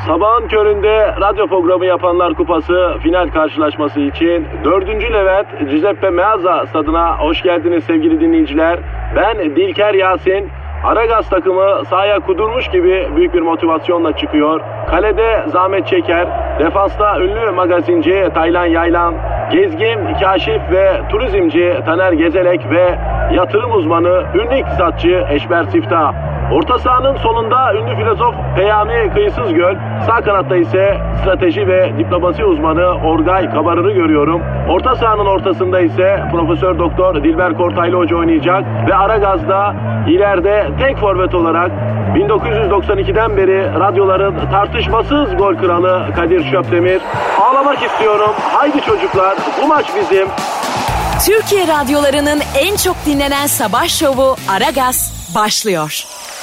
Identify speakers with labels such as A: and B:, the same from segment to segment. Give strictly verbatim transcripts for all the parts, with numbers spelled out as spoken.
A: Sabahın köründe radyo programı yapanlar kupası final karşılaşması için dördüncü Levent Giuseppe Meazza stadına hoş geldiniz sevgili dinleyiciler. Ben Dilker Yasin. Aragaz takımı sahaya kudurmuş gibi büyük bir motivasyonla çıkıyor. Kalede zahmet çeker. Defansta ünlü magazinci Taylan Yaylan, gezgin, kaşif ve turizmci Taner Gezelek ve yatırım uzmanı ünlü iktisatçı Eşber Siftah. Orta sahanın solunda ünlü filozof Peyami Kıyısızgöl, sağ kanatta ise strateji ve diplomasi uzmanı Orgay Kabarır'ı görüyorum. Orta sahanın ortasında ise Profesör Doktor Dilber Kortaylı Hoca oynayacak ve Aragaz'da ileride tek forvet olarak bin dokuz yüz doksan ikiden beri radyoların tartışmasız gol kralı Kadir Şöpdemir. Ağlamak istiyorum. Haydi çocuklar, bu maç bizim.
B: Türkiye radyolarının en çok dinlenen sabah şovu Aragaz başlıyor.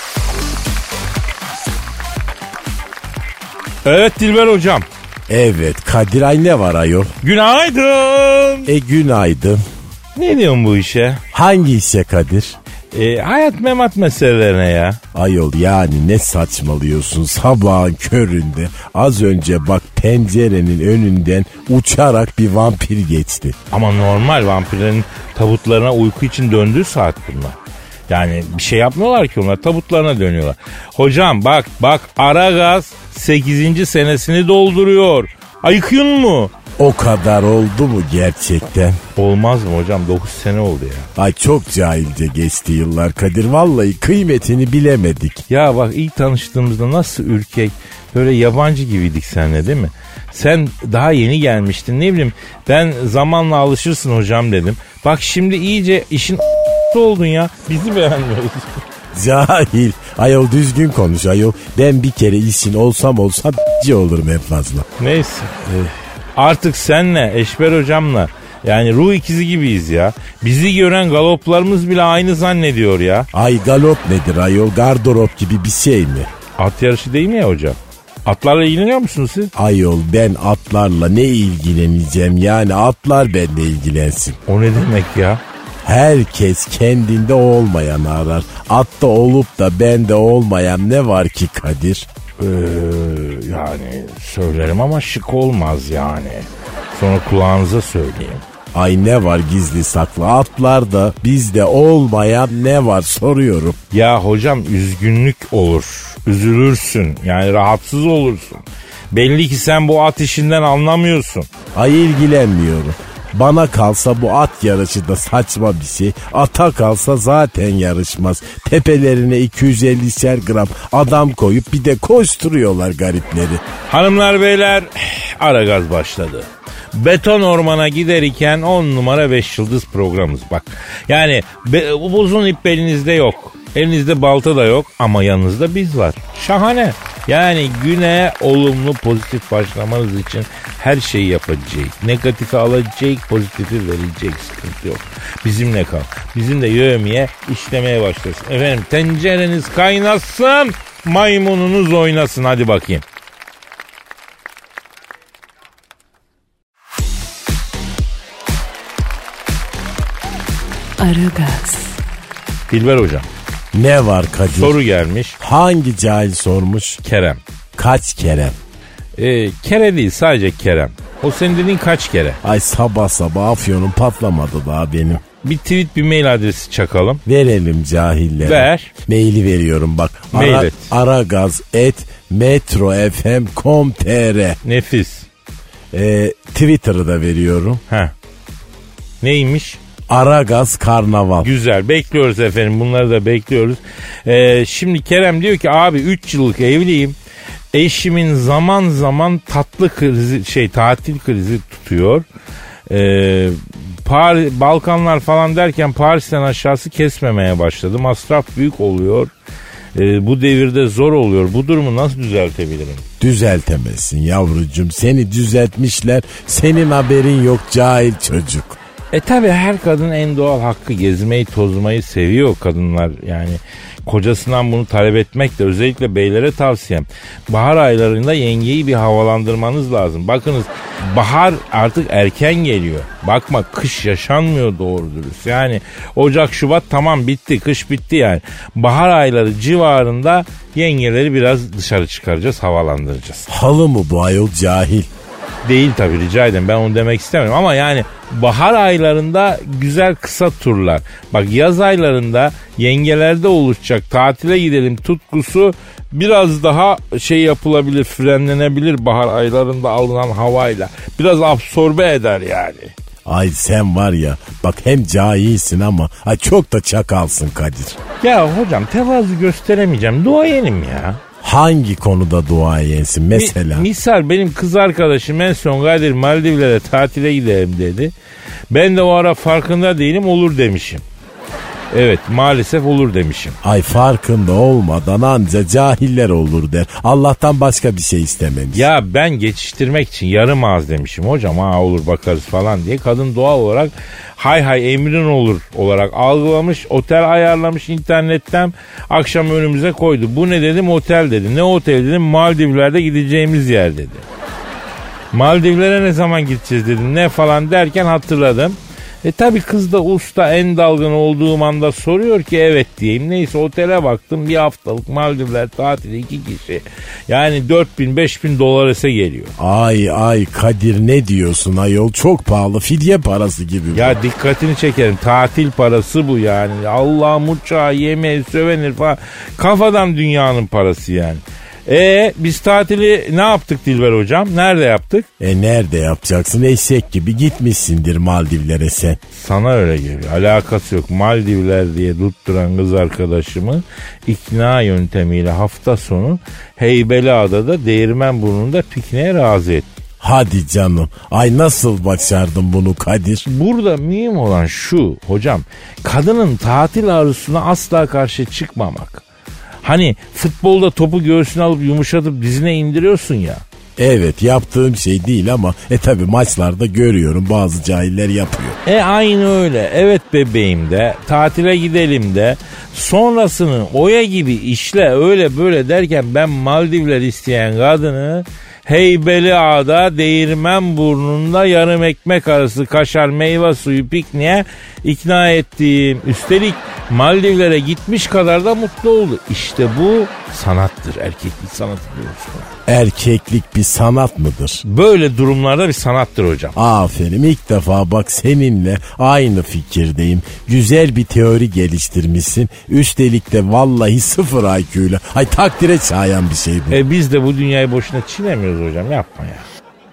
C: Evet Dilber hocam.
D: Evet Kadir, ay ne var ayol?
C: Günaydın.
D: E günaydın.
C: Ne diyorsun bu işe?
D: Hangi işe Kadir?
C: E, hayat memat meselelerine ya.
D: Ayol yani ne saçmalıyorsun sabahın köründe. Az önce bak pencerenin önünden uçarak bir vampir geçti.
C: Ama normal, vampirlerin tabutlarına uyku için döndüğü saat bunlar. Yani bir şey yapmıyorlar ki onlar, tabutlarına dönüyorlar. Hocam bak bak Aragaz sekizinci senesini dolduruyor. Ayıkıyor mu?
D: O kadar oldu mu gerçekten?
C: Olmaz mı hocam, dokuz sene oldu ya.
D: Ay çok cahilce geçti yıllar Kadir, vallahi kıymetini bilemedik.
C: Ya bak ilk tanıştığımızda nasıl ürkek, böyle yabancı gibiydik seninle değil mi? Sen daha yeni gelmiştin, ne bileyim ben zamanla alışırsın hocam dedim. Bak şimdi iyice işin oldun ya, bizi beğenmiyoruz.
D: Cahil. Ayol düzgün konuş ayol. Ben bir kere işin olsam olsam olurum en fazla.
C: Neyse. Artık senle, Eşber hocamla yani ruh ikizi gibiyiz ya. Bizi gören galoplarımız bile aynı zannediyor ya.
D: Ay galop nedir ayol? Gardırop gibi bir şey mi?
C: At yarışı değil mi ya hocam? Atlarla ilgileniyor musunuz siz?
D: Ayol ben atlarla ne ilgileneceğim, yani atlar benimle ilgilensin.
C: O ne demek ya?
D: Herkes kendinde olmayan arar. Atta olup da bende olmayan ne var ki Kadir?
C: Ee, yani söylerim ama şık olmaz yani. Sonra kulağınıza söyleyeyim.
D: Ay ne var gizli saklı? Atlarda bizde olmayan ne var soruyorum.
C: Ya hocam üzgünlük olur. Üzülürsün. Yani rahatsız olursun. Belli ki sen bu at işinden anlamıyorsun.
D: Ay ilgilenmiyorum. Bana kalsa bu at yarışı da saçma bir şey. Ata kalsa zaten yarışmaz. Tepelerine iki yüz ellişer gram adam koyup bir de koşturuyorlar garipleri.
C: Hanımlar beyler, Aragaz başladı. Beton ormana gider iken on numara beş yıldız programımız bak. Yani be, uzun ip elinizde yok. Elinizde balta da yok ama yanınızda biz var. Şahane. Yani güne olumlu pozitif başlamanız için her şeyi yapacak. Negatifi alacak, pozitifi verecek, sıkıntı yok. Bizimle kal. Bizim de yövmeye işlemeye başlasın. Efendim tencereniz kaynasın, maymununuz oynasın, hadi bakayım.
B: Aragaz.
C: Dilber hocam.
D: Ne var Kadir?
C: Soru gelmiş.
D: Hangi cahil sormuş?
C: Kerem.
D: Kaç Kerem?
C: Ee, kere değil, sadece Kerem. O senin dediğin kaç kere?
D: Ay sabah sabah afyonum patlamadı daha benim.
C: Bir tweet, bir mail adresi çakalım.
D: Verelim cahillere.
C: Ver.
D: Maili veriyorum bak.
C: Mail
D: Ara,
C: et.
D: Aragaz et metrofm nokta com nokta tr.
C: Nefis.
D: Ee, Twitter'ı da veriyorum.
C: Heh. Neymiş?
D: Aragaz Karnaval.
C: Güzel, bekliyoruz efendim, bunları da bekliyoruz. Ee, şimdi Kerem diyor ki abi üç yıllık evliyim. Eşimin zaman zaman tatlı krizi, şey tatil krizi tutuyor. Ee, Paris, Balkanlar falan derken Paris'ten aşağısı kesmemeye başladı. Masraf büyük oluyor. Ee, bu devirde zor oluyor. Bu durumu nasıl düzeltebilirim?
D: Düzeltemezsin yavrucuğum. Seni düzeltmişler. Senin haberin yok cahil çocuk.
C: E tabi her kadın en doğal hakkı, gezmeyi tozmayı seviyor kadınlar. Yani kocasından bunu talep etmek de özellikle beylere tavsiyem. Bahar aylarında yengeyi bir havalandırmanız lazım. Bakınız bahar artık erken geliyor. Bakma kış yaşanmıyor doğru dürüst. Yani Ocak, Şubat tamam bitti, kış bitti yani. Bahar ayları civarında yengeleri biraz dışarı çıkaracağız, havalandıracağız.
D: Halı mı bu ayol, cahil?
C: Değil tabii, rica ederim, ben onu demek istemiyorum ama yani bahar aylarında güzel kısa turlar. Bak yaz aylarında yengelerde oluşacak tatile gidelim tutkusu biraz daha şey yapılabilir, frenlenebilir bahar aylarında alınan havayla. Biraz absorbe eder yani.
D: Ay sen var ya bak hem cahilsin ama ay çok da çakalsın Kadir.
C: Ya hocam tevazu gösteremeyeceğim, duayenim ya.
D: Hangi konuda duayensin mesela?
C: Mi, misal benim kız arkadaşım en son Kadir Maldivlere tatile gidelim dedi. Ben de o ara farkında değilim, olur demişim. Evet maalesef olur demişim.
D: Ay farkında olmadan anca cahiller olur der. Allah'tan başka bir şey istememiş.
C: Ya ben geçiştirmek için yarım ağız demişim hocam, ha olur bakarız falan diye. Kadın doğal olarak hay hay emrin olur olarak algılamış, otel ayarlamış internetten, akşam önümüze koydu. Bu ne dedim, otel dedi. Ne otel dedim, Maldivler'de gideceğimiz yer dedi. Maldivlere ne zaman gideceğiz dedim, ne falan derken hatırladım. E tabi kız da usta, en dalgın olduğum anda soruyor ki evet diyeyim. Neyse otele baktım, bir haftalık Maldivler tatili iki kişi. Yani dört bin beş bin dolar ise geliyor.
D: Ay ay Kadir ne diyorsun ayol, çok pahalı, fidye parası gibi.
C: Ya bu. Dikkatini çekerim, tatil parası bu yani. Allah'ım uçağı, yemeği, sövenir falan. Kafadan dünyanın parası yani. E biz tatili ne yaptık Dilber hocam? Nerede yaptık?
D: E nerede yapacaksın? Eşek gibi gitmişsindir Maldivlere sen.
C: Sana öyle geliyor. Alakası yok. Maldivler diye tutturan kız arkadaşımı ikna yöntemiyle hafta sonu Heybeliada'da Değirmenburnu'nda pikniğe razı ettim.
D: Hadi canım. Ay nasıl başardın bunu Kadir?
C: Burada mühim olan şu hocam. Kadının tatil arzusuna asla karşı çıkmamak. Hani futbolda topu göğsüne alıp yumuşatıp dizine indiriyorsun ya.
D: Evet, yaptığım şey değil ama e tabi maçlarda görüyorum bazı cahiller yapıyor.
C: E aynı öyle. Evet bebeğim de, tatile gidelim de, sonrasını oya gibi işle öyle böyle derken ben Maldivler isteyen kadını Heybeliada Değirmenburnu'nda yarım ekmek arası kaşar meyve suyu pikniğe ikna ettim. Üstelik Maldivlere gitmiş kadar da mutlu oldu. İşte bu sanattır. Erkeklik sanatı diyoruz.
D: Erkeklik bir sanat mıdır?
C: Böyle durumlarda bir sanattır hocam.
D: Aferin, ilk defa bak seninle aynı fikirdeyim. Güzel bir teori geliştirmişsin. Üstelik de vallahi sıfır I Q'yla. Ay takdire şayan bir şey bu.
C: E biz de bu dünyayı boşuna çilemiyoruz hocam, yapma ya.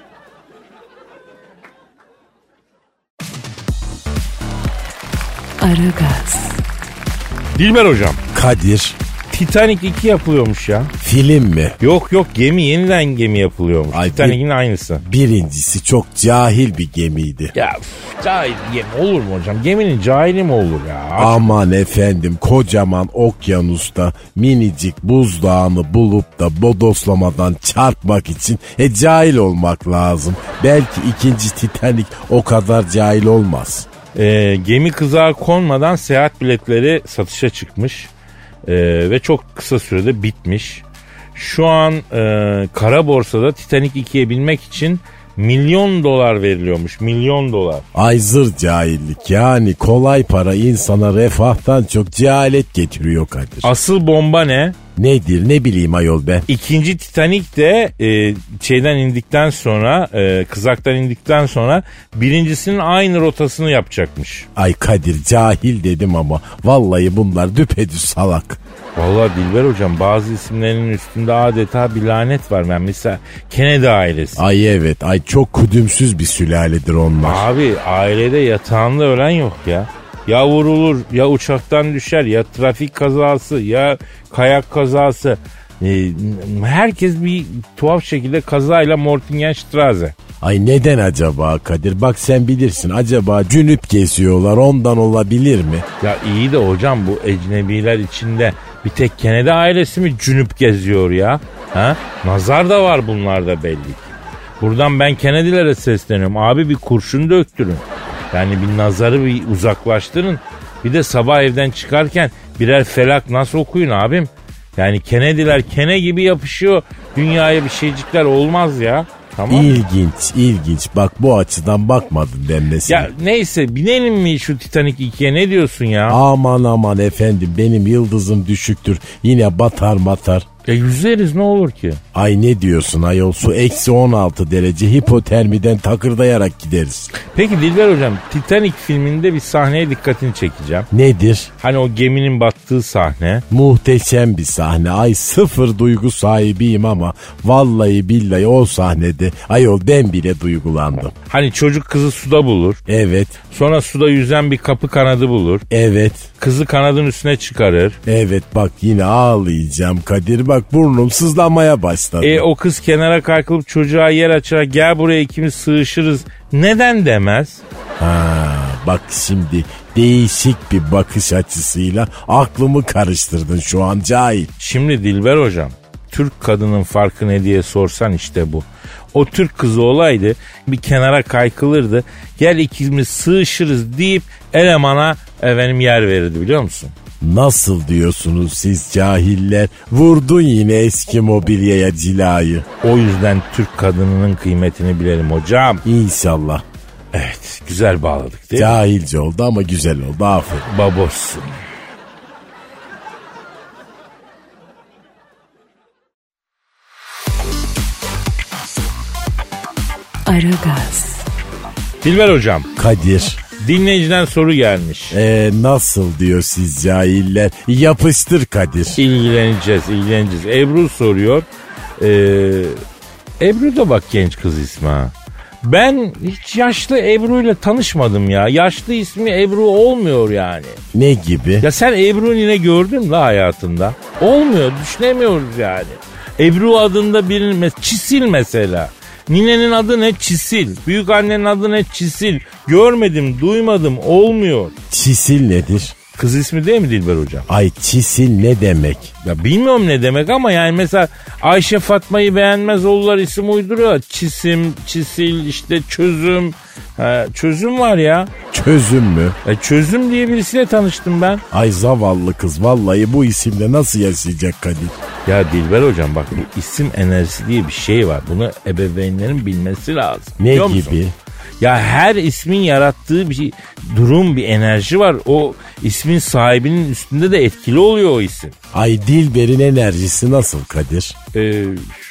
B: Aragaz.
C: Dilber hocam.
D: Kadir.
C: Titanic iki yapılıyormuş ya.
D: Film mi?
C: Yok yok, gemi, yeniden gemi yapılıyormuş.
D: Ay,
C: Titanic'in
D: bir,
C: aynısı.
D: Birincisi çok cahil bir gemiydi.
C: Ya üf, cahil gemi olur mu hocam? Geminin cahili mi olur ya? Aç.
D: Aman efendim, kocaman okyanusta minicik buzdağını bulup da bodoslamadan çarpmak için e cahil olmak lazım. Belki ikinci Titanic o kadar cahil olmaz.
C: E, gemi kızağa konmadan seyahat biletleri satışa çıkmış. Ee, ve çok kısa sürede bitmiş. Şu an e, kara borsada Titanic ikiye binmek için milyon dolar veriliyormuş. Milyon dolar.
D: Ay zır cahillik, yani kolay para insana refahtan çok cehalet getiriyor Kadir.
C: Asıl bomba ne?
D: Nedir, ne bileyim ayol ben.
C: İkinci Titanic de e, şeyden indikten sonra e, kızaktan indikten sonra birincisinin aynı rotasını yapacakmış.
D: Ay Kadir, cahil dedim ama vallahi bunlar düpedüz salak.
C: Vallahi Dilber hocam, bazı isimlerin üstünde adeta bir lanet var. Ben mesela Kennedy ailesi.
D: Ay evet, ay çok kudümsüz bir sülaledir onlar.
C: Abi ailede yatağında ölen yok ya. Ya vurulur, ya uçaktan düşer, ya trafik kazası, ya kayak kazası. Ee, herkes bir tuhaf şekilde kazayla Mortingenstraße.
D: Ay neden acaba Kadir? Bak sen bilirsin, acaba cünüp geziyorlar, ondan olabilir mi?
C: Ya iyi de hocam, bu ecnebiler içinde bir tek Kennedy ailesi mi cünüp geziyor ya? Ha? Nazar da var bunlarda belli ki. Buradan ben Kennedy'lere sesleniyorum. Abi bir kurşun döktürün. Yani bir nazarı bir uzaklaştırın. Bir de sabah evden çıkarken birer felak nasıl okuyun abim? Yani Kennedy'ler kene gibi yapışıyor. Dünyaya bir şeycikler olmaz ya. Tamam.
D: İlginç, ilginç. Bak bu açıdan bakmadın denmesin.
C: Ya neyse binelim mi şu Titanic ikiye, ne diyorsun ya?
D: Aman aman efendim, benim yıldızım düşüktür. Yine batar batar.
C: Ya yüzeriz, ne olur ki?
D: Ay ne diyorsun ayol, su eksi on altı derece hipotermiden takırdayarak gideriz.
C: Peki Dilber hocam, Titanic filminde bir sahneye dikkatini çekeceğim.
D: Nedir?
C: Hani o geminin battığı sahne.
D: Muhteşem bir sahne. Ay sıfır duygu sahibiyim ama vallahi billahi o sahnede ayol ben bile duygulandım.
C: Hani çocuk kızı suda bulur.
D: Evet.
C: Sonra suda yüzen bir kapı kanadı bulur.
D: Evet.
C: Kızı kanadın üstüne çıkarır.
D: Evet bak yine ağlayacağım Kadir, bak burnum sızlamaya başladı.
C: E o kız kenara kaykılıp çocuğa yer açarak gel buraya ikimiz sığışırız neden demez?
D: Ha, bak şimdi değişik bir bakış açısıyla aklımı karıştırdın şu an cahil.
C: Şimdi Dilber hocam, Türk kadının farkı ne diye sorsan işte bu. O Türk kızı olaydı bir kenara kaykılırdı, gel ikimiz sığışırız deyip elemana efendim yer verirdi, biliyor musun?
D: Nasıl diyorsunuz siz cahiller? Vurdun yine eski mobilyaya cilayı.
C: O yüzden Türk kadınının kıymetini bilelim hocam.
D: İnşallah.
C: Evet, güzel bağladık değil mi?
D: Cahilce oldu ama güzel oldu, aferin.
C: Babossun.
B: Aragaz.
C: Dilber hocam.
D: Kadir.
C: Dinleyiciden soru gelmiş.
D: Ee, nasıl diyor siz cahiller? Yapıştır Kadir.
C: İlgileneceğiz, ilgileneceğiz. Ebru soruyor. Ee, Ebru da bak genç kız ismi ha. Ben hiç yaşlı Ebru ile tanışmadım ya. Yaşlı ismi Ebru olmuyor yani.
D: Ne gibi?
C: Ya sen Ebru yine gördün mü hayatında? Olmuyor, düşünemiyoruz yani. Ebru adında birinin, Çisil mesela. Ninenin adı ne? Çisil. Büyük annenin adı ne? Çisil. Görmedim, duymadım, olmuyor.
D: Çisil nedir?
C: Kız ismi değil mi Dilber hocam?
D: Ay çisil ne demek?
C: Ya bilmiyorum ne demek ama yani mesela Ayşe Fatma'yı beğenmez oğullar isim uyduruyor. Çisim, çisil, işte çözüm. Ha, çözüm var ya.
D: Çözüm mü?
C: E, çözüm diye birisiyle tanıştım ben.
D: Ay zavallı kız, vallahi bu isimle nasıl yaşayacak Kadir?
C: Ya Dilber hocam bak, bu isim enerjisi diye bir şey var. Bunu ebeveynlerin bilmesi lazım.
D: Ne
C: biliyor
D: gibi?
C: Musun? Ya her ismin yarattığı bir şey, durum, bir enerji var. O ismin sahibinin üstünde de etkili oluyor o isim.
D: Ay Dilber'in enerjisi nasıl Kadir?
C: Ee,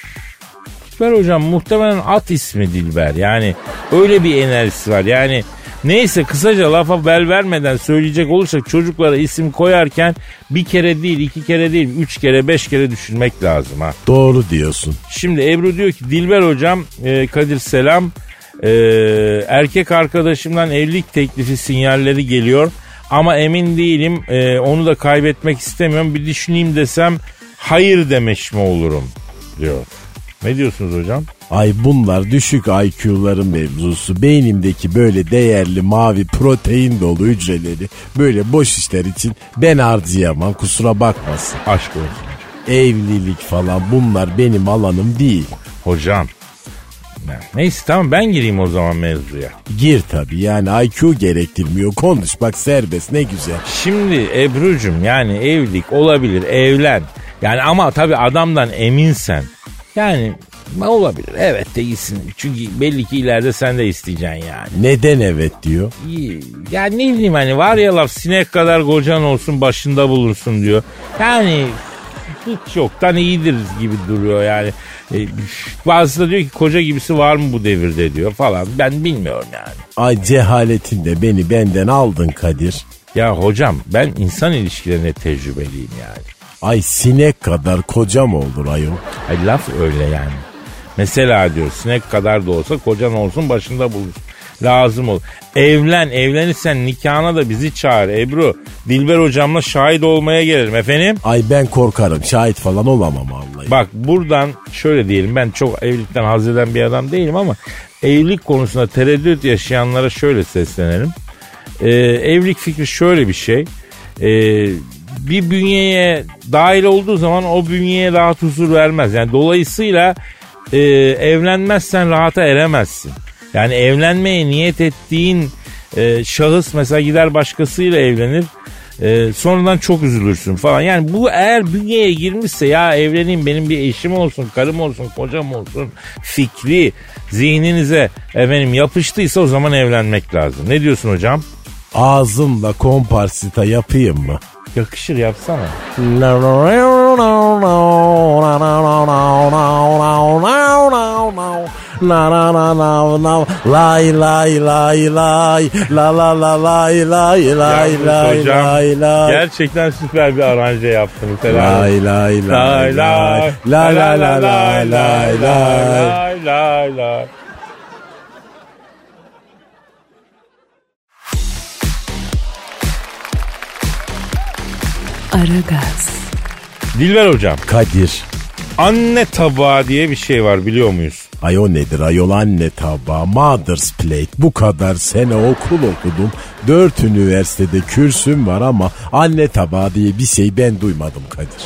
C: Dilber hocam muhtemelen at ismi Dilber. Yani öyle bir enerjisi var. Yani neyse, kısaca lafa bel vermeden söyleyecek olursak çocuklara isim koyarken bir kere değil, iki kere değil, üç kere, beş kere düşünmek lazım ha.
D: Doğru diyorsun.
C: Şimdi Ebru diyor ki Dilber hocam, e, Kadir selam. E, erkek arkadaşımdan evlilik teklifi sinyalleri geliyor. Ama emin değilim, e, onu da kaybetmek istemiyorum. Bir düşüneyim desem hayır demiş mi olurum diyor. Ne diyorsunuz hocam?
D: Ay bunlar düşük I Q'ların mevzusu. Beynimdeki böyle değerli mavi protein dolu hücreleri böyle boş işler için ben harcayamam, kusura bakmasın.
C: Aşk olsun.
D: Evlilik falan bunlar benim alanım değil.
C: Hocam. Neyse tamam, ben gireyim o zaman mevzuya.
D: Gir tabii, yani I Q gerektirmiyor, konuş bak, serbest, ne güzel.
C: Şimdi Ebru'cum, yani evlilik olabilir, evlen. Yani ama tabii adamdan eminsen. Yani olabilir, evet değilsin. Çünkü belli ki ileride sen de isteyeceksin yani.
D: Neden evet diyor?
C: Yani ne bileyim, hani var ya laf, sinek kadar kocan olsun başında bulursun diyor. Yani hiç yoktan iyidir gibi duruyor yani. E, bazısı da diyor ki koca gibisi var mı bu devirde diyor falan. Ben bilmiyorum yani.
D: Ay cehaletinle beni benden aldın Kadir.
C: Ya hocam ben insan ilişkilerine tecrübeliyim yani.
D: Ay sinek kadar kocam olur ayol.
C: Ay laf öyle yani. Mesela diyor sinek kadar da olsa kocan olsun başında bulursun. Lazım olur. Evlen, evlenirsen nikahına da bizi çağır Ebru. Dilber hocamla şahit olmaya gelirim efendim.
D: Ay ben korkarım, şahit falan olamam vallahi.
C: Bak buradan şöyle diyelim, ben çok evlilikten haz eden bir adam değilim ama evlilik konusunda tereddüt yaşayanlara şöyle seslenelim. Ee, evlilik fikri şöyle bir şey. Ee, bir bünyeye dahil olduğu zaman o bünyeye rahat huzur vermez. Yani dolayısıyla e, evlenmezsen rahata eremezsin. Yani evlenmeye niyet ettiğin e, şahıs mesela gider başkasıyla evlenir. Ee, sonradan çok üzülürsün falan. Yani bu eğer bünyeye girmişse ya evleneyim benim bir eşim olsun, karım olsun, kocam olsun fikri zihninize efendim yapıştıysa o zaman evlenmek lazım. Ne diyorsun hocam?
D: Ağzımla komparsita yapayım mı?
C: Yakışır, yapsana.
D: Na na na na na lay lay lay lay la la la lay lay lay lay lay lay.
C: Gerçekten süper bir aranje yaptınız.
D: Lay lay lay lay lay la la la lay lay lay
C: lay lay.
B: Aragaz.
C: Dilber hocam.
D: Kadir.
C: Anne tabağı diye bir şey var, biliyor muyuz?
D: Ay o nedir ayol, anne tabağı, mother's plate. Bu kadar sene okul okudum. Dört üniversitede kürsüm var ama anne tabağı diye bir şey ben duymadım Kadir.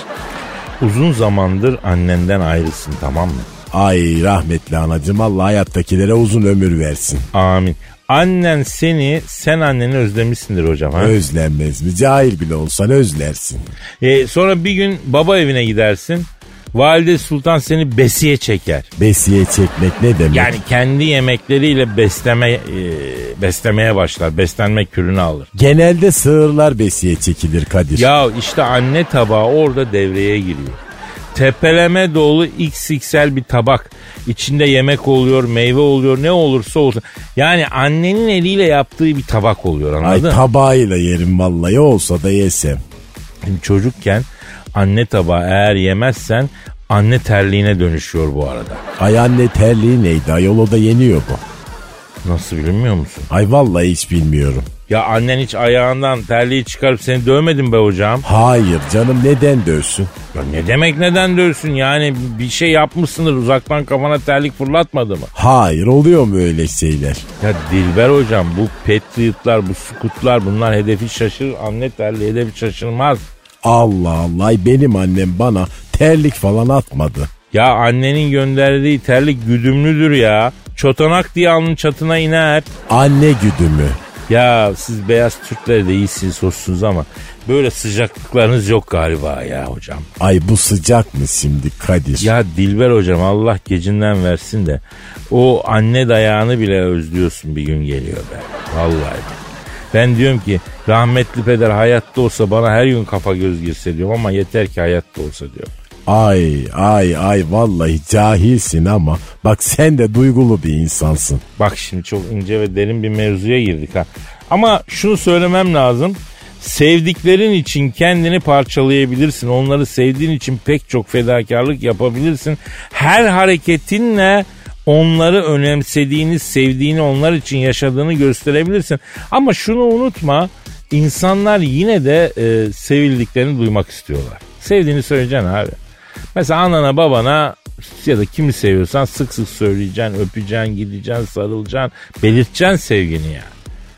C: Uzun zamandır annenden ayrısın, tamam mı?
D: Ay rahmetli anacığım, Allah hayattakilere uzun ömür versin.
C: Amin. Annen seni, sen anneni özlemişsindir hocam. Ha?
D: Özlenmez mi? Cahil bile olsan özlersin.
C: Ee, sonra bir gün baba evine gidersin. Valide Sultan seni besiye çeker.
D: Besiye çekmek ne demek?
C: Yani kendi yemekleriyle besleme e, beslemeye başlar. Beslenme kürünü alır.
D: Genelde sığırlar besiye çekilir Kadir.
C: Ya işte anne tabağı orada devreye giriyor. Tepeleme dolu iks iksel bir tabak. İçinde yemek oluyor, meyve oluyor, ne olursa olsun. Yani annenin eliyle yaptığı bir tabak oluyor, anladın?
D: Ay tabağıyla yerim vallahi, olsa da yesem.
C: Şimdi çocukken anne tabağı eğer yemezsen anne terliğine dönüşüyor bu arada.
D: Ay anne terliği neydi ayol, o da yeniyor bu.
C: Nasıl, bilmiyor musun?
D: Ay vallahi hiç bilmiyorum.
C: Ya annen hiç ayağından terliği çıkarıp seni dövmedin be hocam.
D: Hayır canım, neden dövsün?
C: Ya ne demek neden dövsün, yani bir şey yapmışsındır, uzaktan kafana terlik fırlatmadı mı?
D: Hayır, oluyor mu öyle şeyler?
C: Ya Dilber hocam, bu Patriot'lar, bu Scout'lar, bunlar hedefi şaşırır, anne terliği hedefi şaşırmaz. Allah
D: Allah, ay benim annem bana terlik falan atmadı.
C: Ya annenin gönderdiği terlik güdümlüdür ya. Çotanak diye alnın çatına iner.
D: Anne güdümü.
C: Ya siz beyaz Türkler de iyisiniz, hoşsunuz ama böyle sıcaklıklarınız yok galiba ya hocam.
D: Ay bu sıcak mı şimdi Kadir?
C: Ya Dilber hocam, Allah gecinden versin de o anne dayağını bile özlüyorsun, bir gün geliyor be. Vallahi. Ben diyorum ki rahmetli peder hayatta olsa bana her gün kafa göz girse diyorum, ama yeter ki hayatta olsa diyorum.
D: Ay ay ay vallahi cahilsin ama bak sen de duygulu bir insansın.
C: Bak şimdi çok ince ve derin bir mevzuya girdik ha. Ama şunu söylemem lazım. Sevdiklerin için kendini parçalayabilirsin. Onları sevdiğin için pek çok fedakarlık yapabilirsin. Her hareketinle onları önemsediğini, sevdiğini, onlar için yaşadığını gösterebilirsin. Ama şunu unutma, insanlar yine de e, sevildiklerini duymak istiyorlar. Sevdiğini söyleyeceksin abi. Mesela anana babana ya da kimi seviyorsan sık sık söyleyeceksin, öpeceksin, gideceksin, sarılacaksın, belirteceksin sevgini ya.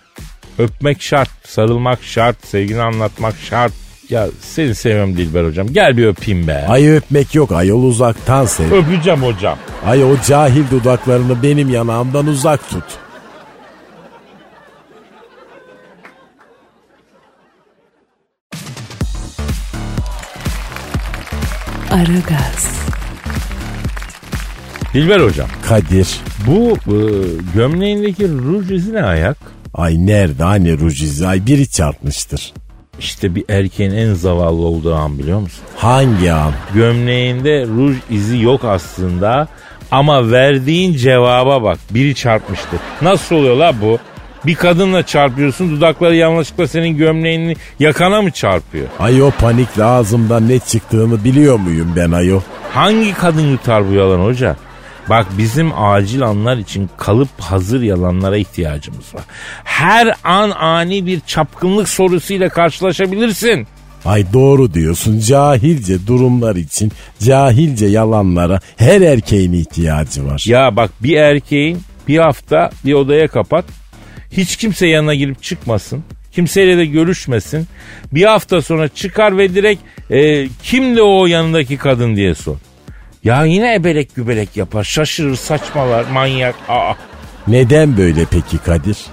C: Öpmek şart, sarılmak şart, sevgini anlatmak şart. Ya seni seviyorum Dilber hocam, gel bir öpeyim be.
D: Ay öpmek yok ayol, uzaktan sev.
C: Öpeceğim hocam.
D: Ay o cahil dudaklarını benim yanağımdan uzak tut.
B: Aragaz.
C: Dilber hocam.
D: Kadir.
C: Bu e, gömleğindeki ruj izi ne ayak?
D: Ay nerede hani ruj izi? Ay biri çarpmıştır.
C: İşte bir erkeğin en zavallı olduğu an, biliyor musun?
D: Hangi an?
C: Gömleğinde ruj izi yok aslında ama verdiğin cevaba bak, biri çarpmıştır. Nasıl oluyor la bu? Bir kadınla çarpıyorsun, dudakları yanlışlıkla senin gömleğini yakana mı çarpıyor?
D: Ay o panikle ağzımdan ne çıktığını biliyor muyum ben ayol?
C: Hangi kadın yutar bu yalan hoca? Bak bizim acil anlar için kalıp hazır yalanlara ihtiyacımız var. Her an ani bir çapkınlık sorusuyla karşılaşabilirsin.
D: Ay doğru diyorsun, cahilce durumlar için cahilce yalanlara her erkeğin ihtiyacı var.
C: Ya bak, bir erkeğin bir hafta bir odaya kapat, hiç kimse yanına girip çıkmasın, kimseyle de görüşmesin, bir hafta sonra çıkar ve direkt e, kimdi o yanındaki kadın diye sor. Ya yine ebelek gübelek yapar, şaşırır, saçmalar, manyak. Aa.
D: Neden böyle peki Kadir?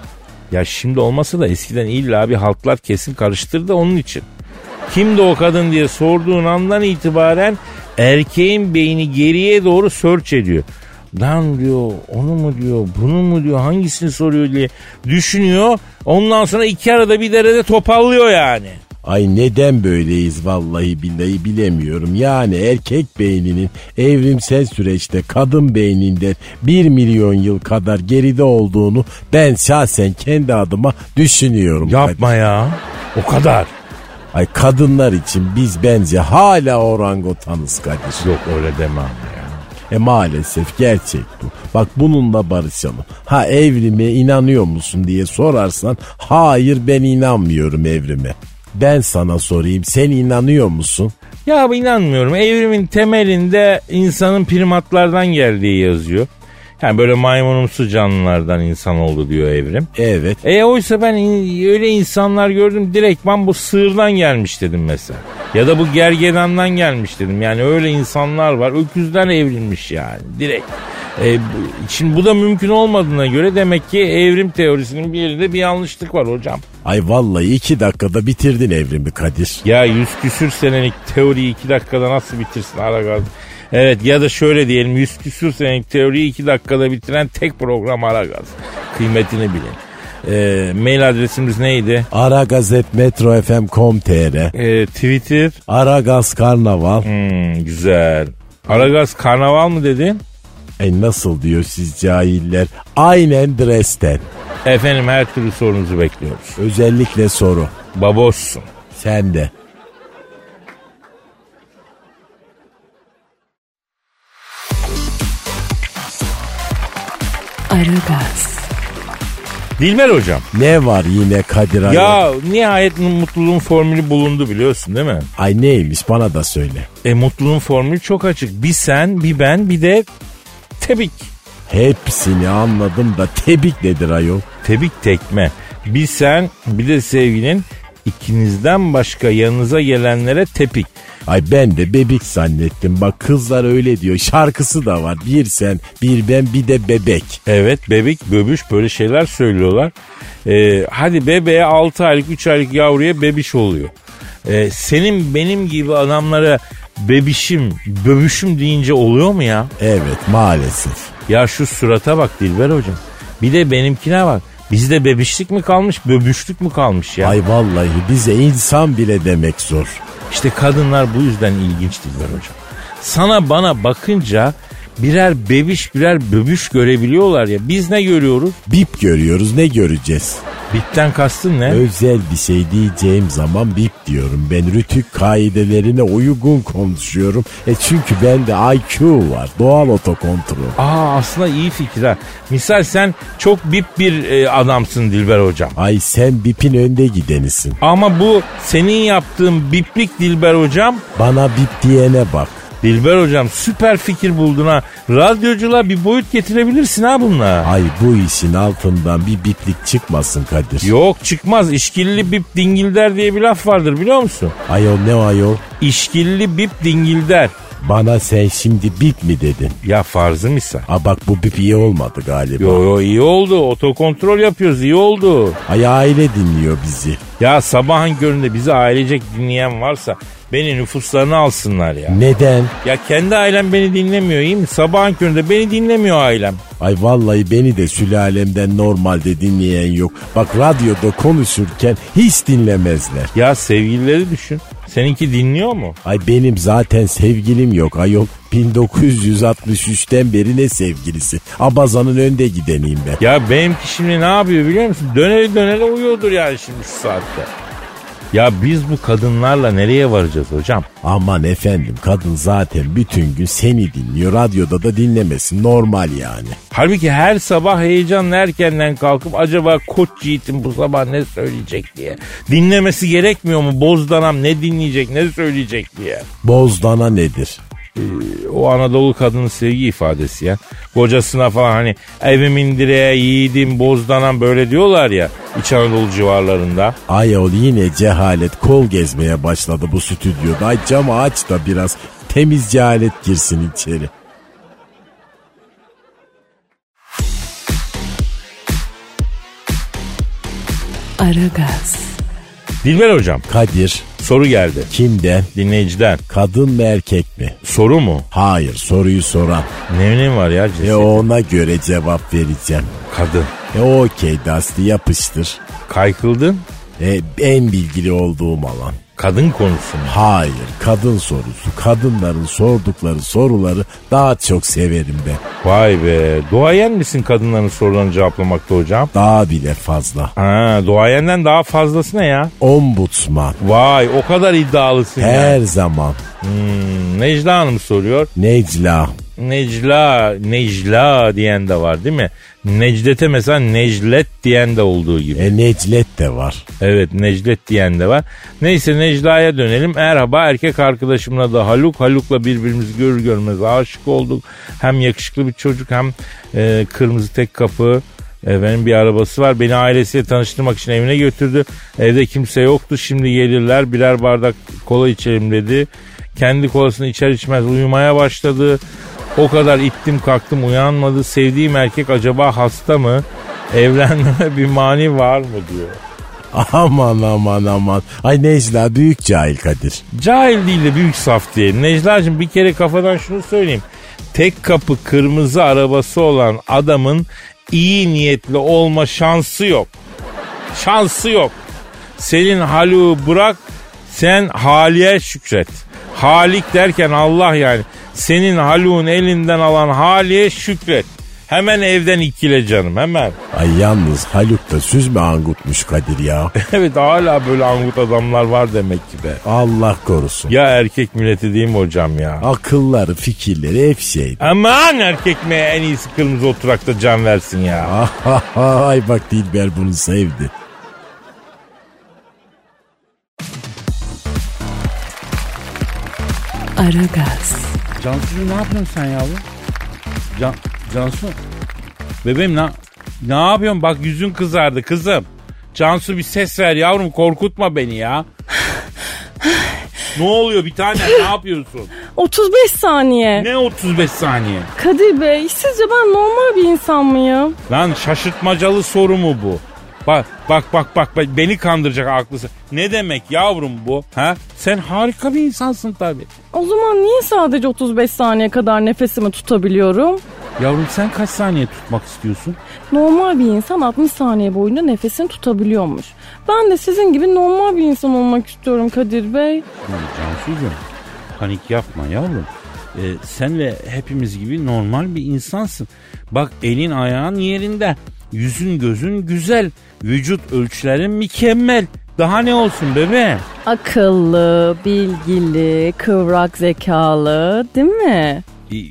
C: Ya şimdi olmasa da eskiden illa bir halklar kesin karıştırdı onun için. Kimdi o kadın diye sorduğun andan itibaren erkeğin beyni geriye doğru search ediyor. Lan diyor, onu mu diyor, bunu mu diyor, hangisini soruyor diye düşünüyor. Ondan sonra iki arada bir derede topallıyor yani.
D: Ay neden böyleyiz vallahi billahi bilemiyorum. Yani erkek beyninin evrimsel süreçte kadın beyninden bir milyon yıl kadar geride olduğunu ben şahsen kendi adıma düşünüyorum.
C: Yapma Kadir ya, o kadar.
D: Ay kadınlar için biz bence hala orangutanız Kadir.
C: Yok öyle demem ya.
D: E maalesef gerçek bu. Bak bununla barışalım. Ha evrime inanıyor musun diye sorarsan hayır ben inanmıyorum evrime. Ben sana sorayım, sen inanıyor musun?
C: Ya inanmıyorum. Evrimin temelinde insanın primatlardan geldiği yazıyor. Yani böyle maymunumsu canlılardan insan oldu diyor evrim.
D: Evet.
C: E oysa ben in- öyle insanlar gördüm, direktman bu sığırdan gelmiş dedim mesela. Ya da bu gergedandan gelmiş dedim. Yani öyle insanlar var, öküzden evrilmiş yani direkt. E, şimdi bu da mümkün olmadığına göre demek ki evrim teorisinin bir yerinde bir yanlışlık var hocam.
D: Ay vallahi iki dakikada bitirdin evrimi Kadir.
C: Ya yüz küsür senelik teoriyi iki dakikada nasıl bitirsin Aragaz? Evet, ya da şöyle diyelim, yüz küsür senelik teoriyi iki dakikada bitiren tek program Aragaz. Kıymetini bilin. E, mail adresimiz neydi?
D: aragazet metro f m nokta com nokta t r
C: E, Twitter?
D: Aragaz Karnaval.
C: Hmm, güzel. Aragaz Karnaval mı dedin?
D: E nasıl diyor siz cahiller? Aynen Dresden.
C: Efendim her türlü sorunuzu bekliyoruz.
D: Özellikle soru.
C: Babossun.
D: Sen de.
B: Aragaz.
C: Dilber hocam.
D: Ne var yine Kadir abi?
C: Ya nihayet mutluluğun formülü bulundu biliyorsun değil mi?
D: Ay neymiş bana da söyle.
C: E mutluluğun formülü çok açık. Bir sen, bir ben, bir de tebik.
D: Hepsini anladım da tebik nedir ayol?
C: Tebik tekme. Bir sen, bir de sevgilin, ikinizden başka yanınıza gelenlere tepik.
D: Ay ben de bebek zannettim. Bak kızlar öyle diyor. Şarkısı da var. Bir sen, bir ben, bir de bebek.
C: Evet, bebek, böbüş böyle şeyler söylüyorlar. Ee, hadi bebeğe altı aylık, üç aylık yavruya bebiş oluyor. Ee, senin benim gibi adamlara bebişim, böbüşüm deyince oluyor mu ya?
D: Evet maalesef.
C: Ya şu surata bak Dilber hocam. Bir de benimkine bak. Bizde bebişlik mi kalmış, böbüşlük mü kalmış ya?
D: Ay vallahi bize insan bile demek zor.
C: İşte kadınlar bu yüzden ilginç Dilber hocam. Sana bana bakınca birer bebiş birer böbüş görebiliyorlar ya. Biz ne görüyoruz?
D: Bip görüyoruz, ne göreceğiz?
C: Bipten kastın ne?
D: Özel bir şey diyeceğim zaman bip diyorum. Ben rütük kaidelerine uygun konuşuyorum. E çünkü bende I Q var. Doğal otokontrol.
C: Aa aslında iyi fikir ha. Misal sen çok bip bir e, adamsın Dilber hocam.
D: Ay sen bipin önde gidenisin.
C: Ama bu senin yaptığın biplik Dilber hocam.
D: Bana bip diyene bak.
C: Dilber hocam süper fikir buldun ha. Radyoculuğa bir boyut getirebilirsin ha bununla.
D: Ay bu işin altından bir biplik çıkmasın Kadir.
C: Yok çıkmaz. İşkilli bip dingilder diye bir laf vardır biliyor musun?
D: Ayol ne ayol?
C: İşkilli bip dingilder.
D: Bana sen şimdi bip mi dedin?
C: Ya farzı misal.
D: Aa bak bu bip iyi olmadı galiba.
C: Yo yo iyi oldu. Otokontrol yapıyoruz, iyi oldu.
D: Ay aile dinliyor bizi.
C: Ya sabahın köründe bizi ailecek dinleyen varsa beni nüfuslarına alsınlar ya.
D: Neden?
C: Ya kendi ailem beni dinlemiyor iyi mi? Sabahın köründe beni dinlemiyor ailem.
D: Ay vallahi beni de sülalemden normalde dinleyen yok. Bak radyoda konuşurken hiç dinlemezler.
C: Ya sevgilileri düşün. Seninki dinliyor mu?
D: Ay benim zaten sevgilim yok ayol. bin dokuz yüz altmış üçten beri ne sevgilisi? Abazanın önde gideniyim ben.
C: Ya benimki şimdi ne yapıyor biliyor musun? Döneli döneli uyuyordur yani şimdi şu saatte. Ya biz bu kadınlarla nereye varacağız hocam?
D: Aman efendim kadın zaten bütün gün seni dinliyor. Radyoda da dinlemesin normal yani.
C: Halbuki her sabah heyecanla erkenden kalkıp acaba Koç Yiğit'in bu sabah ne söyleyecek diye. Dinlemesi gerekmiyor mu? Bozdanam ne dinleyecek, ne söyleyecek diye.
D: Bozdana nedir?
C: Ee, o Anadolu kadının sevgi ifadesi ya. Kocasına falan hani evimin direğe yiğidim bozdanam böyle diyorlar ya İç Anadolu civarlarında.
D: Ayol yine cehalet kol gezmeye başladı bu stüdyoda. Ay camı aç da biraz temiz cehalet girsin içeri.
B: Aragaz.
C: Dilber hocam,
D: Kadir,
C: soru geldi.
D: kimden?
C: Dinleyiciden.
D: Kadın mı erkek mi?
C: Soru mu?
D: Hayır, soruyu soran.
C: Ne ne var ya ceset?
D: E ona göre cevap vereceğim.
C: Kadın.
D: E okey Dusty, yapıştır.
C: Kaykıldın.
D: E, en bilgili olduğum alan.
C: Kadın konusu mu?
D: Hayır, kadın sorusu. Kadınların sordukları soruları daha çok severim ben.
C: Vay be. Duayen misin kadınların sorularını cevaplamakta hocam?
D: Daha bile fazla.
C: Ha, duayenden daha fazlası ne ya?
D: Ombudsman.
C: Vay, o kadar iddialısın
D: Her
C: yani.
D: zaman.
C: Hmm, Necla Hanım soruyor.
D: Necla.
C: Necla, Necla diyen de var değil mi? Necdet'e mesela Neclet diyen de olduğu gibi.
D: E Neclet de var.
C: Evet, Necdet diyen de var. Neyse Necla'ya dönelim. Merhaba, erkek arkadaşımla da Haluk. Haluk'la birbirimizi görür görmez aşık olduk. Hem yakışıklı bir çocuk hem e, kırmızı tek kapı. Efendim bir arabası var. Beni ailesiyle tanıştırmak için evine götürdü. Evde kimse yoktu. Şimdi gelirler, birer bardak kola içelim dedi. Kendi kolasını içer içmez uyumaya başladı. O kadar ittim kalktım uyanmadı. Sevdiğim erkek acaba hasta mı? Evlenmeme bir mani var mı diyor.
D: Aman aman aman. Ay Necla büyük cahil Kadir.
C: Cahil değil de büyük saf diyelim. Necla'cığım bir kere kafadan şunu söyleyeyim. Tek kapı kırmızı arabası olan adamın iyi niyetli olma şansı yok. Şansı yok. Senin Haluk'u bırak, sen Hali'ye şükret. Halik derken Allah yani. Senin Haluk'un elinden alan Hali'ye şükret. Hemen evden ikile canım, hemen.
D: Ay yalnız Haluk da süzme angutmuş Kadir ya.
C: Evet, hala böyle angut adamlar var demek ki be.
D: Allah korusun.
C: Ya erkek milleti değil mi hocam ya?
D: Akılları, fikirleri hep şeydi.
C: Aman erkek mi en iyisi kırmızı oturakta can versin ya.
D: Ay bak Dilber bunu sevdi.
B: Aragaz.
C: Cansu'cum ne yapıyorsun sen yavrum? Can, Cansu. Bebeğim ne, ne yapıyorsun? Bak yüzün kızardı kızım. Cansu bir ses ver yavrum, korkutma beni ya. Ne oluyor bir tane, ne yapıyorsun?
E: otuz beş saniye.
C: Ne otuz beş saniye?
E: Kadir Bey, sizce ben normal bir insan mıyım?
C: Lan şaşırtmacalı soru mu bu? Bak bak bak bak bak beni kandıracak aklısı. Ne demek yavrum bu? Ha? Sen harika bir insansın tabii.
E: O zaman niye sadece otuz beş saniye kadar nefesimi tutabiliyorum?
C: Yavrum sen kaç saniye tutmak istiyorsun?
E: Normal bir insan altmış saniye boyunca nefesini tutabiliyormuş. Ben de sizin gibi normal bir insan olmak istiyorum Kadir Bey.
C: Cansu'cum panik yapma yavrum. Ee, sen ve hepimiz gibi normal bir insansın. Bak elin ayağın yerinde. Yüzün gözün güzel. Vücut ölçülerin mükemmel. Daha ne olsun bebeğim?
E: Akıllı, bilgili, kıvrak zekalı, değil mi?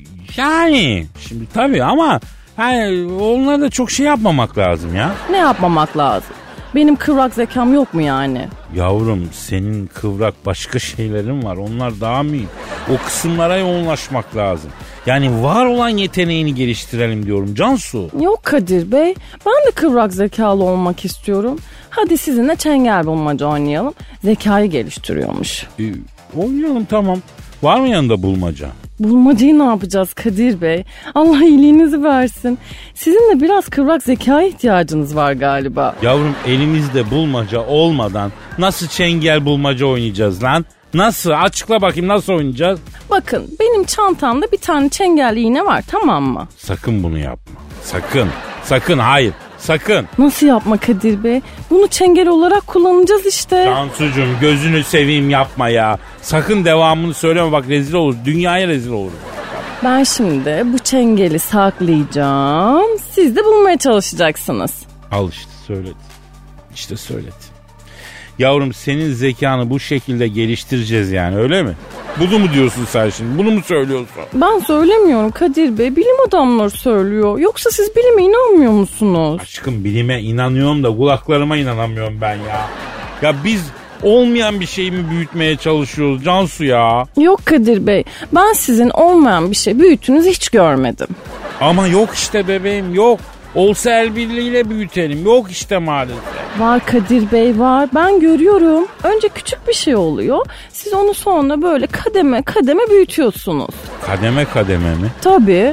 C: Yani şimdi tabii ama hani onlara da çok şey yapmamak lazım ya.
E: Ne yapmamak lazım? Benim kıvrak zekam yok mu yani?
C: Yavrum senin kıvrak başka şeylerin var. Onlar daha mühim. O kısımlara yoğunlaşmak lazım. Yani var olan yeteneğini geliştirelim diyorum Cansu.
E: Yok Kadir Bey. Ben de kıvrak zekalı olmak istiyorum. Hadi sizinle çengel bulmaca oynayalım. Zekayı geliştiriyormuş.
C: Ee, oynayalım tamam. Var mı yanında bulmaca?
E: Bulmacayı ne yapacağız Kadir Bey? Allah iyiliğinizi versin. Sizin de biraz kıvrak zekaya ihtiyacınız var galiba.
C: Yavrum elimizde bulmaca olmadan nasıl çengel bulmaca oynayacağız lan? Nasıl? Açıkla bakayım, nasıl oynayacağız?
E: Bakın benim çantamda bir tane çengel iğne var, tamam mı?
C: Sakın bunu yapma. Sakın. Sakın hayır. Sakın.
E: Nasıl yapma Kadir Bey? Bunu çengel olarak kullanacağız işte.
C: Cansucuğum gözünü seveyim yapma ya. Sakın devamını söyleme bak, rezil olur. Dünyaya rezil olur.
E: Ben şimdi bu çengeli saklayacağım. Siz de bulmaya çalışacaksınız.
C: Al işte söyledi. İşte söyledi. Yavrum senin zekanı bu şekilde geliştireceğiz yani, öyle mi? Bunu mu diyorsun sen şimdi? Bunu mu söylüyorsun?
E: Ben söylemiyorum Kadir Bey. Bilim adamları söylüyor. Yoksa siz bilime inanmıyor musunuz?
C: Aşkım bilime inanıyorum da kulaklarıma inanamıyorum ben ya. Ya biz olmayan bir şeyi mi büyütmeye çalışıyoruz Cansu ya?
E: Yok Kadir Bey. Ben sizin olmayan bir şey büyüttüğünüzü hiç görmedim.
C: Ama yok işte bebeğim, yok. Olsa el birliğiyle büyütelim. Yok işte maalesef.
E: Var Kadir Bey, var. Ben görüyorum. Önce küçük bir şey oluyor. Siz onu sonra böyle kademe kademe büyütüyorsunuz.
C: Kademe kademe mi?
E: Tabii.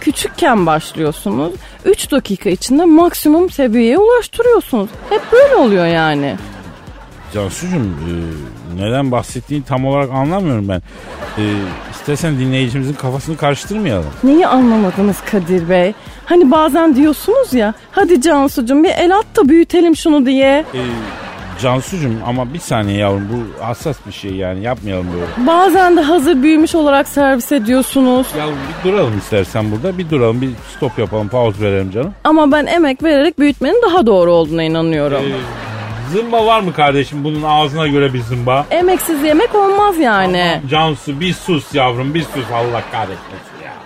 E: Küçükken başlıyorsunuz. üç dakika içinde maksimum seviyeye ulaştırıyorsunuz. Hep böyle oluyor yani.
C: Cansucuğum e, neden bahsettiğini tam olarak anlamıyorum ben. E, istersen dinleyicimizin kafasını karıştırmayalım.
E: Neyi anlamadınız Kadir Bey? Hani bazen diyorsunuz ya, hadi Cansucuğum bir el at da büyütelim şunu diye.
C: E, Cansucuğum ama bir saniye yavrum, bu hassas bir şey yani, yapmayalım böyle.
E: Bazen de hazır büyümüş olarak servis ediyorsunuz.
C: Ya bir duralım istersen burada, bir duralım, bir stop yapalım, pause verelim canım.
E: Ama ben emek vererek büyütmenin daha doğru olduğuna inanıyorum.
C: E, zımba var mı kardeşim, bunun ağzına göre bir zımba?
E: Emeksiz yemek olmaz yani.
C: Aman Cansu bir sus yavrum, bir sus, Allah kahretmesin ya.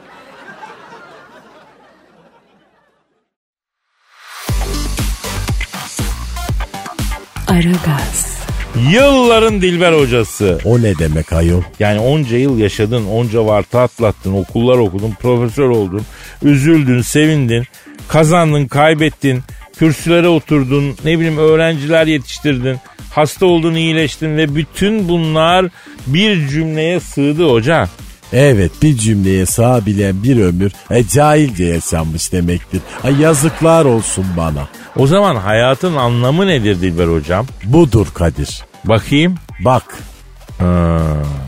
B: Aragaz.
C: Yılların Dilber hocası.
D: O ne demek ayol?
C: Yani onca yıl yaşadın, onca varta atlattın, okullar okudun, profesör oldun, üzüldün, sevindin, kazandın, kaybettin, kürsülere oturdun, ne bileyim öğrenciler yetiştirdin, hasta oldun, iyileştin ve bütün bunlar bir cümleye sığdı hocam.
D: Evet, bir cümleye sığabilen bir ömür e, cahilce yaşanmış demektir. Ay yazıklar olsun bana.
C: O zaman hayatın anlamı nedir Dilber hocam?
D: Budur Kadir.
C: Bakayım.
D: Bak.
C: Ha.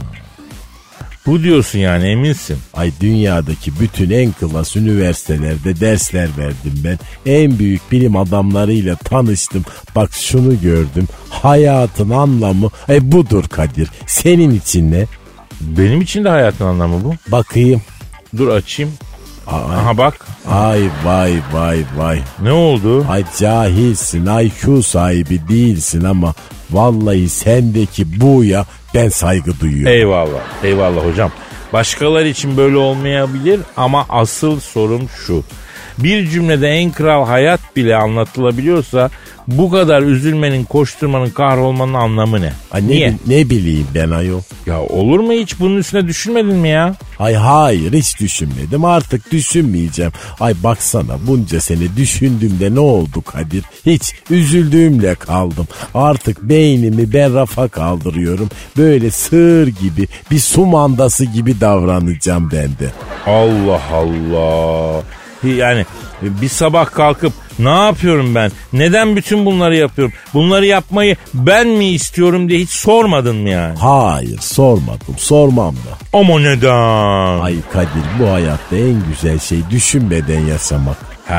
C: Bu diyorsun yani, eminsin.
D: Ay dünyadaki bütün en klas üniversitelerde dersler verdim ben. En büyük bilim adamlarıyla tanıştım. Bak şunu gördüm. Hayatın anlamı e, budur Kadir. Senin için ne?
C: Benim için de hayatın anlamı bu.
D: Bakayım.
C: Dur açayım.
D: Ay,
C: aha bak.
D: Ay vay vay vay.
C: Ne oldu?
D: Ay cahilsin, I Q sahibi değilsin ama vallahi sendeki buya ben saygı duyuyorum.
C: Eyvallah, eyvallah hocam. Başkaları için böyle olmayabilir ama asıl sorum şu. Bir cümlede en kral hayat bile anlatılabiliyorsa bu kadar üzülmenin, koşturmanın, kahrolmanın anlamı ne?
D: Ay ne,
C: Niye?
D: ne bileyim ben ayol.
C: Ya olur mu hiç, bunun üstüne düşünmedin mi ya?
D: Ay hayır, hiç düşünmedim, artık düşünmeyeceğim. Ay baksana, bunca sene düşündüğümde ne oldu Kadir? Hiç, üzüldüğümle kaldım. Artık beynimi berrafa kaldırıyorum. Böyle sığır gibi, bir su mandası gibi davranacağım ben de.
C: Allah Allah. Yani bir sabah kalkıp ne yapıyorum ben? Neden bütün bunları yapıyorum? Bunları yapmayı ben mi istiyorum diye hiç sormadın mı yani?
D: Hayır, sormadım, sormam da.
C: Ama neden?
D: Ay Kadir, bu hayatta en güzel şey düşünmeden yaşamak.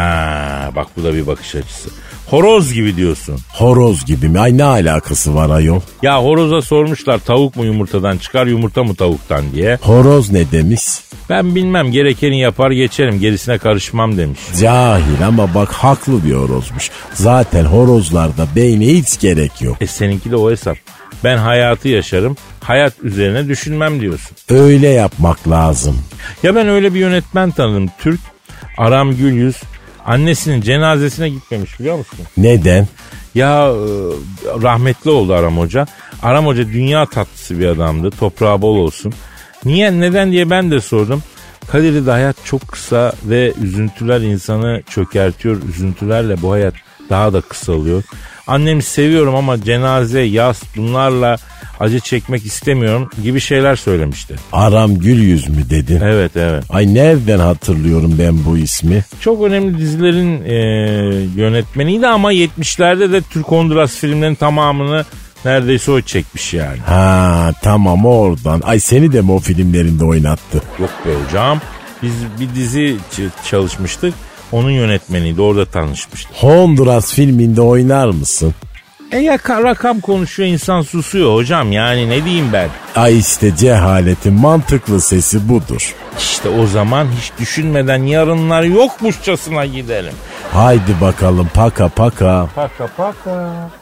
C: Ha, bak bu da bir bakış açısı. Horoz gibi diyorsun.
D: Horoz gibi mi? Ay ne alakası var ayol?
C: Ya horoza sormuşlar tavuk mu yumurtadan çıkar, yumurta mı tavuktan diye.
D: Horoz ne demiş?
C: Ben bilmem, gerekeni yapar geçerim, gerisine karışmam demiş.
D: Cahil ama bak haklı bir horozmuş. Zaten horozlarda beyne hiç gerek yok.
C: E seninki de o hesap. Ben hayatı yaşarım, hayat üzerine düşünmem diyorsun.
D: Öyle yapmak lazım.
C: Ya ben öyle bir yönetmen tanıdım, Türk, Aram Gülyüz. Annesinin cenazesine gitmemiş, biliyor musun?
D: Neden?
C: Ya e, rahmetli oldu Aram Hoca. Aram Hoca dünya tatlısı bir adamdı. Toprağı bol olsun. Niye, neden diye ben de sordum. Kadir'i de hayat çok kısa ve üzüntüler insanı çökertiyor. Üzüntülerle bu hayat daha da kısalıyor. Annemi seviyorum ama cenaze, yas bunlarla acı çekmek istemiyorum gibi şeyler söylemişti.
D: Aram Gülyüz mü dedin?
C: Evet evet.
D: Ay nereden hatırlıyorum ben bu ismi?
C: Çok önemli dizilerin e, yönetmeniydi ama yetmişlerde de Türk Honduras filmlerinin tamamını neredeyse o çekmiş yani.
D: Ha tamam, oradan. Ay seni de mi o filmlerinde oynattı?
C: Yok be hocam. Biz bir dizi ç- çalışmıştık. Onun yönetmeniydi. Orada tanışmıştık.
D: Honduras filminde oynar mısın?
C: E ya rakam konuşuyor, insan susuyor hocam. Yani ne diyeyim ben?
D: Ay işte cehaletin mantıklı sesi budur.
C: İşte o zaman hiç düşünmeden yarınlar yokmuşçasına gidelim.
D: Haydi bakalım, paka paka.
C: Paka paka.